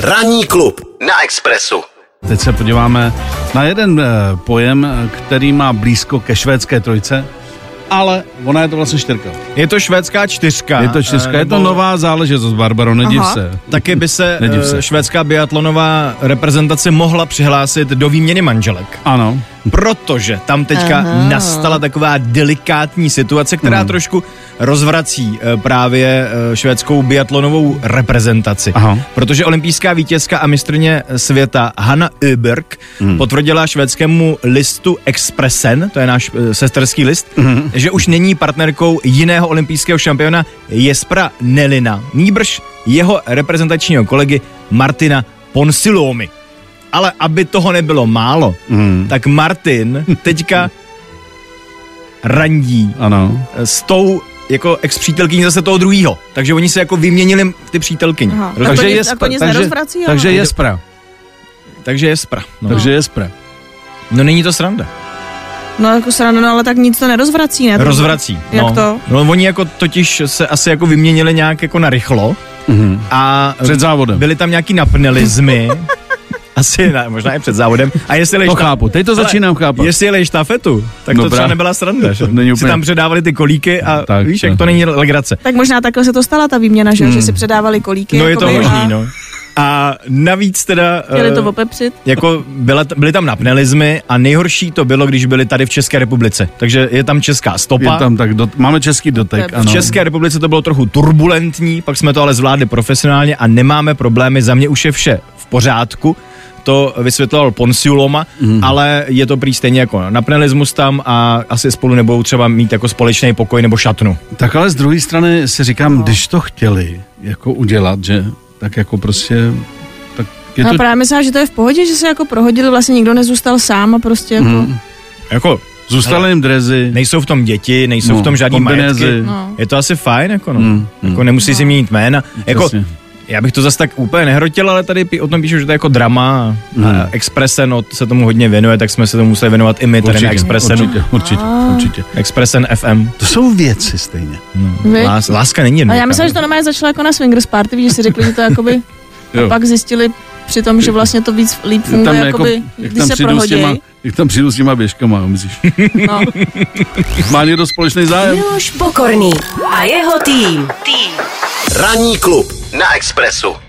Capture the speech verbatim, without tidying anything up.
Ranní klub na Expressu. Teď se podíváme na jeden eh, pojem, který má blízko ke švédské trojce, ale ona je to vlastně čtyřka. Je to švédská čtyřka. Je to čtyřka, nebo... je to nová záležitost, Barbaro, nediv Aha. se. Taky by se, Nediv se. švédská biatlonová reprezentace mohla přihlásit do výměny manželek. Ano. Protože tam teďka Aha. nastala taková delikátní situace, která Hmm. trošku rozvrací e, právě e, švédskou biatlonovou reprezentaci. Aha. Protože olympijská vítězka a mistryně světa Hanna Öberg Hmm. potvrdila švédskému listu Expressen, to je náš e, sesterský list, Hmm. že už není partnerkou jiného olympijského šampiona Jespera Nelina, nýbrž jeho reprezentačního kolegy Martina Ponsiluomy. Ale aby toho nebylo málo, Hmm. tak Martin teďka randí Ano. s tou jako ex-přítelkyní zase toho druhýho. Takže oni se jako vyměnili ty přítelkyně. Aha. Rozumíš? Tak to Takže nic- je tak to nic takže, nerozvrací, jo? takže je spra. Takže je spra. No. Takže je spra. no není to sranda. No jako sranda, no ale tak nic to nerozvrací, ne? To- Rozvrací. Jak no. to? No oni jako totiž se asi jako vyměnili nějak jako na rychlo Mhm. a Před závodem. byly tam nějaký napnelizmy. Asi ne, možná i před závodem. A jestli lejš To chápu, teď to začínám chápat. Jestli jeli štafetu, tak to Dobrá. třeba nebyla sranda. Že? To není Si úplně- tam předávali ty kolíky a Tak, víš, to- jak to není legrace. Tak možná takhle se to stala ta výměna, že, Hmm. že si předávali kolíky. No je to jakoby, možný, a no. A navíc teda... Chtěli to eh, opepřit. Jako byla, byly tam napnelizmy a nejhorší to bylo, když byli tady v České republice. Takže je tam česká stopa. Je tam tak, dot, máme český dotek, V ano. V České republice to bylo trochu turbulentní, pak jsme to ale zvládli profesionálně a nemáme problémy. Za mě už je vše v pořádku. To vysvětloval Ponsiluoma, mm. ale je to prý stejně jako napnelismus tam a asi spolu nebudou třeba mít jako společný pokoj nebo šatnu. Tak ale z druhé strany si říkám, když to chtěli jako udělat, že tak jako prostě, tak je No to... a právě myslím, že to je v pohodě, že se jako prohodili, vlastně nikdo nezůstal sám a prostě jako... Mm. Jako Zůstaly jim drezy. nejsou v tom děti, nejsou No, v tom žádný kombinézy. majetky. No. Je to asi fajn, jako no. Mm, Jako mm. nemusí si měnit jména. Jako, Přesně. já bych to zase tak úplně nehrotil, ale tady pi- o tom píšu, že to je jako drama a, Mm. a Expressen no, se tomu hodně věnuje, tak jsme se tomu museli věnovat i my tady na Expressenu. Určitě, určitě, Ah. určitě. Expressen F M. To jsou věci stejně. No. Viď? Lás, láska není jednou. A já myslím, že to normálně začalo jako na swingers party, víš, že si řekli, že to jakoby... Jo. A pak zjistili při tom, že vlastně to víc líp funguje, jakoby, jak když tam se přijdu s prohodí. těma, jak tam přijdu s těma běžkama, myslíš? No. Má někdo společný zájem? Miloš Pokorný a jeho tým. Tým. Ranní klub na Expressu.